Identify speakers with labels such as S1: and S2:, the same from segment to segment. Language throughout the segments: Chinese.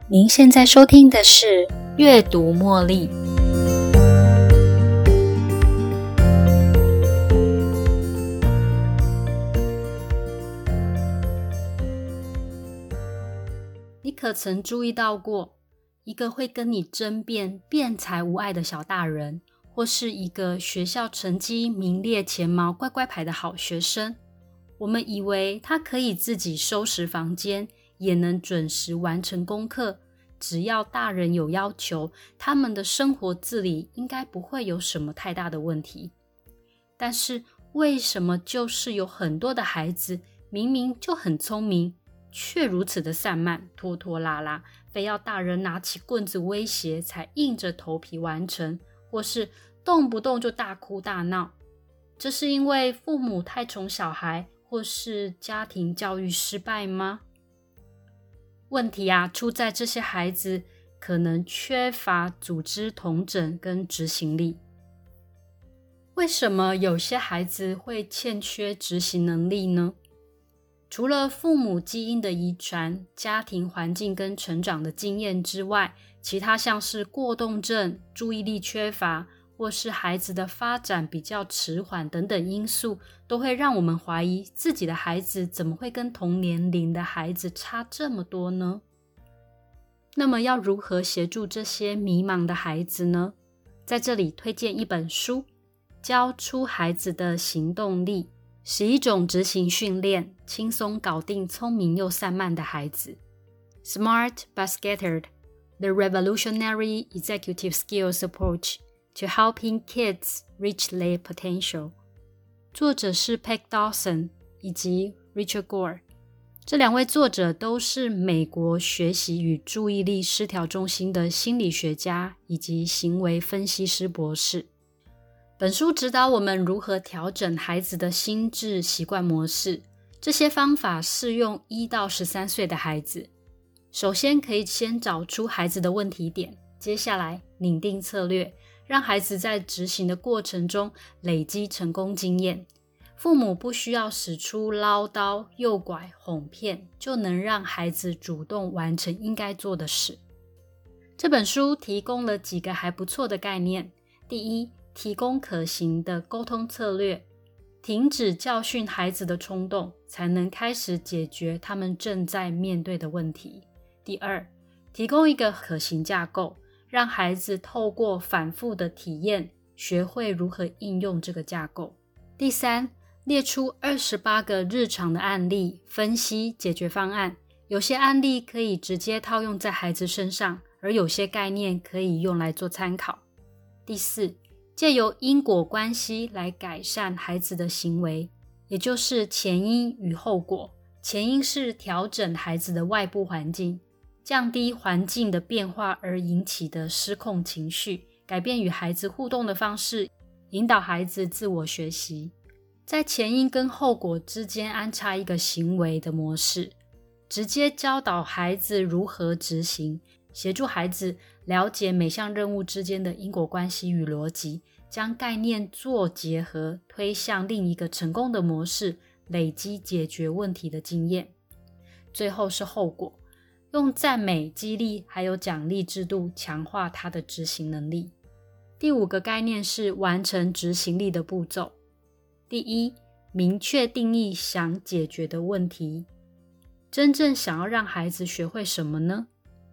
S1: 您现在收听的是阅读茉莉。你可曾注意到过，一个会跟你争辩辩才无碍的小大人，或是一个学校成绩名列前茅乖乖牌的好学生，我们以为他可以自己收拾房间，也能准时完成功课，只要大人有要求，他们的生活自理应该不会有什么太大的问题。但是为什么就是有很多的孩子明明就很聪明，却如此的散漫拖拖拉拉，非要大人拿起棍子威胁才硬着头皮完成，或是动不动就大哭大闹？这是因为父母太宠小孩，或是家庭教育失败吗？问题出在这些孩子可能缺乏组织统整跟执行力。为什么有些孩子会欠缺执行能力呢？除了父母基因的遗传、家庭环境跟成长的经验之外，其他像是过动症、注意力缺乏，或是孩子的发展比较迟缓等等因素，都会让我们怀疑自己的孩子怎么会跟同年龄的孩子差这么多呢？那么要如何协助这些迷茫的孩子呢？在这里推荐一本书，教出孩子的行动力，11种执行训练，轻松搞定聪明又散漫的孩子。 Smart but Scattered: The Revolutionary Executive Skills Approach to Helping Kids Reach Their Potential。 作者是 Peg Dawson 以及 Richard Gore， 这两位作者都是美国学习与注意力失调中心的心理学家以及行为分析师博士。本书指导我们如何调整孩子的心智习惯模式，这些方法适用1到13岁的孩子。首先可以先找出孩子的问题点，接下来拟定策略，让孩子在执行的过程中累积成功经验。父母不需要使出唠叨、诱拐、哄骗，就能让孩子主动完成应该做的事。这本书提供了几个还不错的概念。第一，提供可行的沟通策略，停止教训孩子的冲动，才能开始解决他们正在面对的问题。第二，提供一个可行架构，让孩子透过反复的体验，学会如何应用这个架构。第三，列出28个日常的案例，分析解决方案。有些案例可以直接套用在孩子身上，而有些概念可以用来做参考。第四，借由因果关系来改善孩子的行为，也就是前因与后果。前因是调整孩子的外部环境，降低环境的变化而引起的失控情绪，改变与孩子互动的方式，引导孩子自我学习。在前因跟后果之间安插一个行为的模式，直接教导孩子如何执行，协助孩子了解每项任务之间的因果关系与逻辑，将概念做结合，推向另一个成功的模式，累积解决问题的经验。最后是后果，用赞美、激励还有奖励制度强化他的执行能力。第5个概念是完成执行力的步骤。第一，明确定义想解决的问题。真正想要让孩子学会什么呢？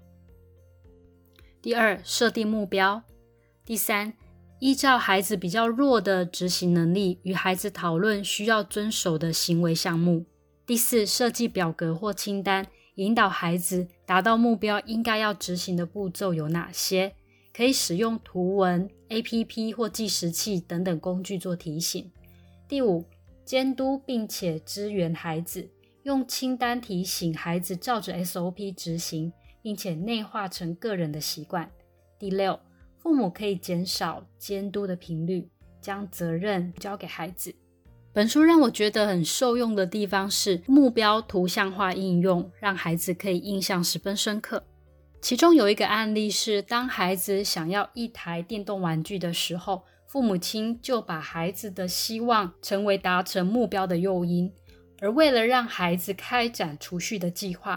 S1: 第二，设定目标。第三，依照孩子比较弱的执行能力，与孩子讨论需要遵守的行为项目。第四，设计表格或清单，引导孩子达到目标应该要执行的步骤有哪些，可以使用图文、APP 或计时器等等工具做提醒。第5，监督并且支援孩子，用清单提醒孩子照着 SOP 执行，并且内化成个人的习惯。第6，父母可以减少监督的频率，将责任交给孩子。本书让我觉得很受用的地方是目标图像化应用，让孩子可以印象十分深刻。其中有一个案例是，当孩子想要一台电动玩具的时候，父母亲就把孩子的希望成为达成目标的诱因，而为了让孩子开展储蓄的计划，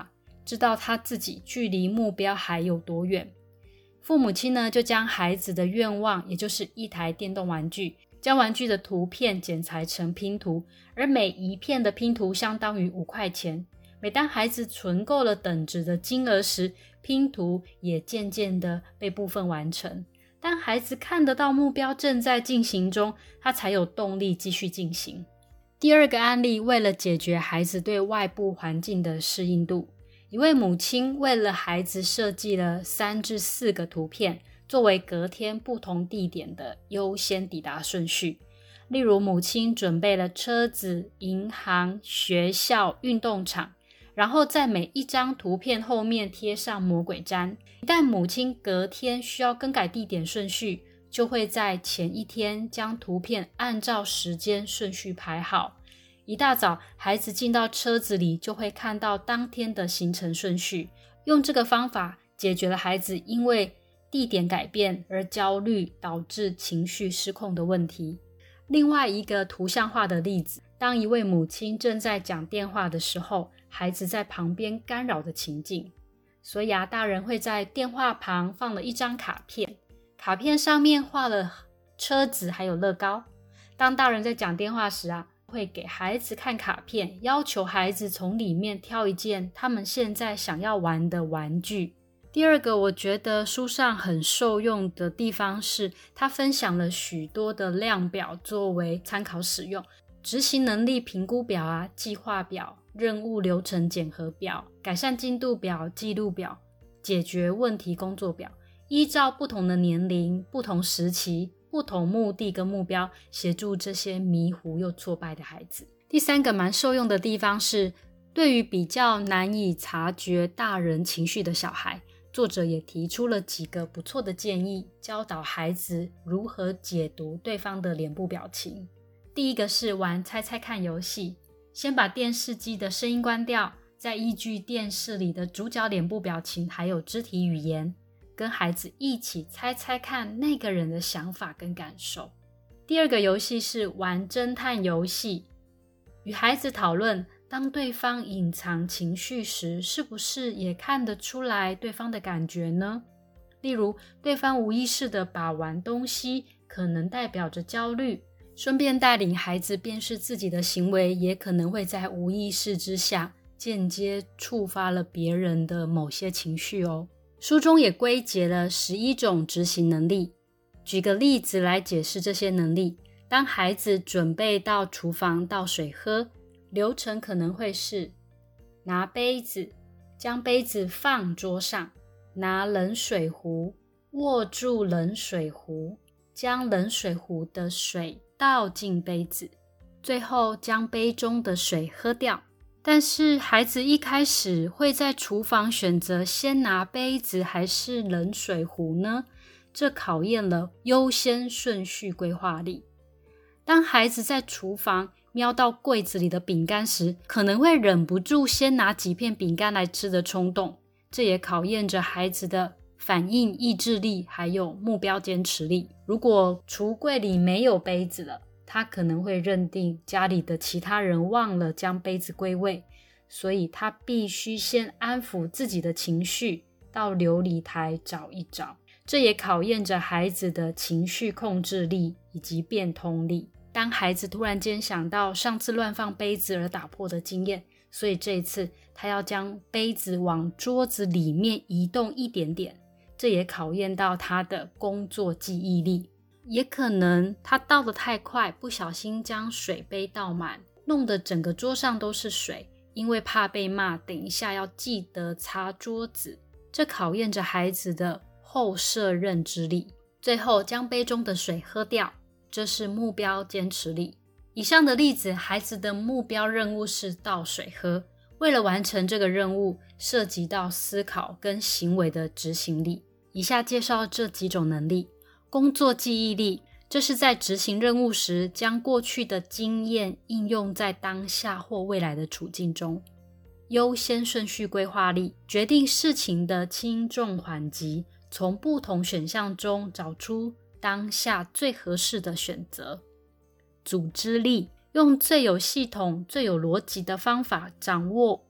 S1: 知道他自己距离目标还有多远。父母亲呢，就将孩子的愿望，也就是一台电动玩具，将玩具的图片剪裁成拼图，而每一片的拼图相当于5块钱。每当孩子存够了等值的金额时，拼图也渐渐的被部分完成。当孩子看得到目标正在进行中，他才有动力继续进行。第二个案例，为了解决孩子对外部环境的适应度，一位母亲为了孩子设计了3至4个图片，作为隔天不同地点的优先抵达顺序。例如，母亲准备了车子、银行、学校、运动场，然后在每一张图片后面贴上魔鬼毡。一旦母亲隔天需要更改地点顺序，就会在前一天将图片按照时间顺序排好。一大早，孩子进到车子里，就会看到当天的行程顺序。用这个方法解决了孩子因为地点改变而焦虑导致情绪失控的问题。另外一个图像化的例子，当一位母亲正在讲电话的时候，孩子在旁边干扰的情境。所以大人会在电话旁放了一张卡片，卡片上面画了车子还有乐高。当大人在讲电话时会给孩子看卡片，要求孩子从里面挑一件他们现在想要玩的玩具。第二个我觉得书上很受用的地方是，他分享了许多的量表作为参考使用，执行能力评估表计划表、任务流程检核表、改善进度表、记录表、解决问题工作表，依照不同的年龄、不同时期、不同目的跟目标，协助这些迷糊又挫败的孩子。第三个蛮受用的地方是，对于比较难以察觉大人情绪的小孩，作者也提出了几个不错的建议，教导孩子如何解读对方的脸部表情。第一个是玩猜猜看游戏，先把电视机的声音关掉，再依据电视里的主角脸部表情还有肢体语言，跟孩子一起猜猜看那个人的想法跟感受。第二个游戏是玩侦探游戏，与孩子讨论当对方隐藏情绪时，是不是也看得出来对方的感觉呢？例如，对方无意识地把玩东西，可能代表着焦虑，顺便带领孩子辨识自己的行为，也可能会在无意识之下间接触发了别人的某些情绪哦。书中也归结了11种执行能力，举个例子来解释这些能力。当孩子准备到厨房倒水喝，流程可能会是拿杯子，将杯子放桌上，拿冷水壶，握住冷水壶，将冷水壶的水倒进杯子，最后将杯中的水喝掉。但是孩子一开始会在厨房选择先拿杯子还是冷水壶呢？这考验了优先顺序规划力。当孩子在厨房瞄到柜子里的饼干时，可能会忍不住先拿几片饼干来吃的冲动，这也考验着孩子的反应意志力还有目标坚持力。如果橱柜里没有杯子了，他可能会认定家里的其他人忘了将杯子归位，所以他必须先安抚自己的情绪，到流理台找一找。这也考验着孩子的情绪控制力以及变通力。当孩子突然间想到上次乱放杯子而打破的经验，所以这一次他要将杯子往桌子里面移动一点点，这也考验到他的工作记忆力。也可能他倒得太快，不小心将水杯倒满，弄得整个桌上都是水，因为怕被骂，等一下要记得擦桌子。这考验着孩子的后设认知力。最后将杯中的水喝掉，这是目标坚持力。以上的例子，孩子的目标任务是倒水喝，为了完成这个任务，涉及到思考跟行为的执行力。以下介绍这几种能力。工作记忆力，这是在执行任务时，将过去的经验应用在当下或未来的处境中。优先顺序规划力，决定事情的轻重缓急，从不同选项中找出当下最合适的选择。组织力，用最有系统、最有逻辑的方法掌握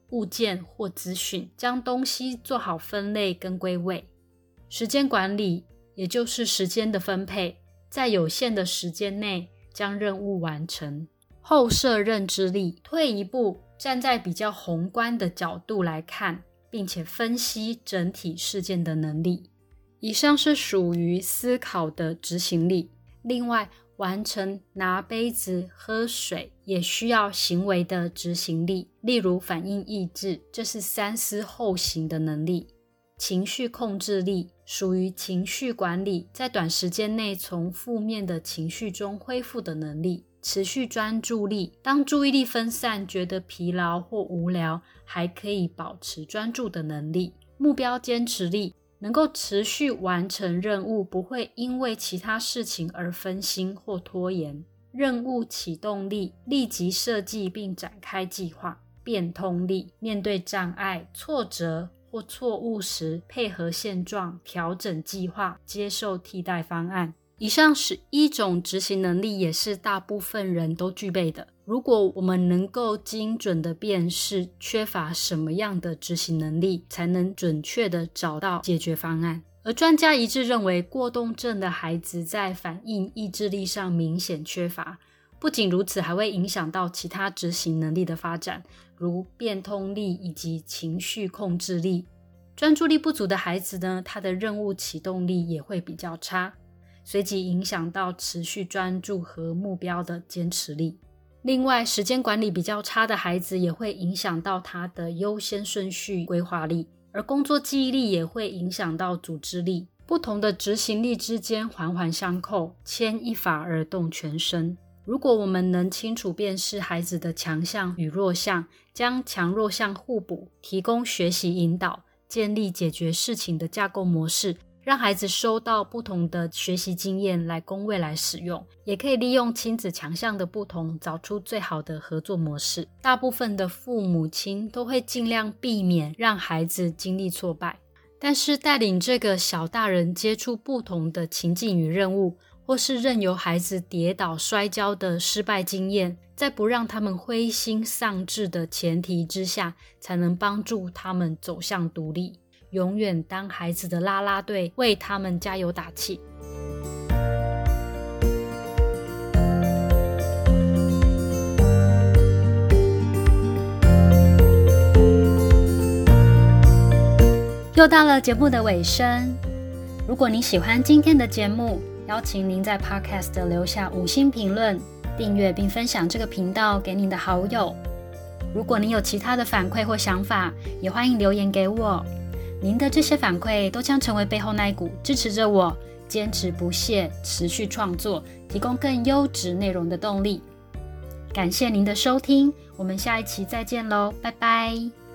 S1: 物件或资讯，将东西做好分类跟归位。时间管理也就是时间的分配，在有限的时间内将任务完成。后设认知力，退一步，站在比较宏观的角度来看，并且分析整体事件的能力。以上是属于思考的执行力。另外，完成拿杯子喝水也需要行为的执行力，例如反应抑制，这是三思后行的能力。情绪控制力属于情绪管理，在短时间内从负面的情绪中恢复的能力。持续专注力，当注意力分散，觉得疲劳或无聊，还可以保持专注的能力。目标坚持力，能够持续完成任务，不会因为其他事情而分心或拖延。任务启动力，立即设计并展开计划。变通力，面对障碍、挫折或错误时，配合现状，调整计划，接受替代方案。以上11种执行能力也是大部分人都具备的。如果我们能够精准的辨识缺乏什么样的执行能力，才能准确的找到解决方案。而专家一致认为，过动症的孩子在反应意志力上明显缺乏。不仅如此，还会影响到其他执行能力的发展，如变通力以及情绪控制力。专注力不足的孩子呢，他的任务启动力也会比较差，随即影响到持续专注和目标的坚持力。另外，时间管理比较差的孩子也会影响到他的优先顺序规划力，而工作记忆力也会影响到组织力。不同的执行力之间环环相扣，牵一发而动全身。如果我们能清楚辨识孩子的强项与弱项，将强弱项互补，提供学习引导，建立解决事情的架构模式，让孩子收到不同的学习经验来供未来使用，也可以利用亲子强项的不同，找出最好的合作模式。大部分的父母亲都会尽量避免让孩子经历挫败，但是带领这个小大人接触不同的情境与任务，或是任由孩子跌倒摔跤的失败经验，在不让他们灰心丧志的前提之下，才能帮助他们走向独立。永远当孩子的啦啦队，为他们加油打气。又到了节目的尾声，如果你喜欢今天的节目，邀请您在 Podcast 留下5星评论，订阅并分享这个频道给您的好友。如果您有其他的反馈或想法，也欢迎留言给我。您的这些反馈都将成为背后那一股支持着我坚持不懈持续创作，提供更优质内容的动力。感谢您的收听，我们下一期再见咯，拜拜。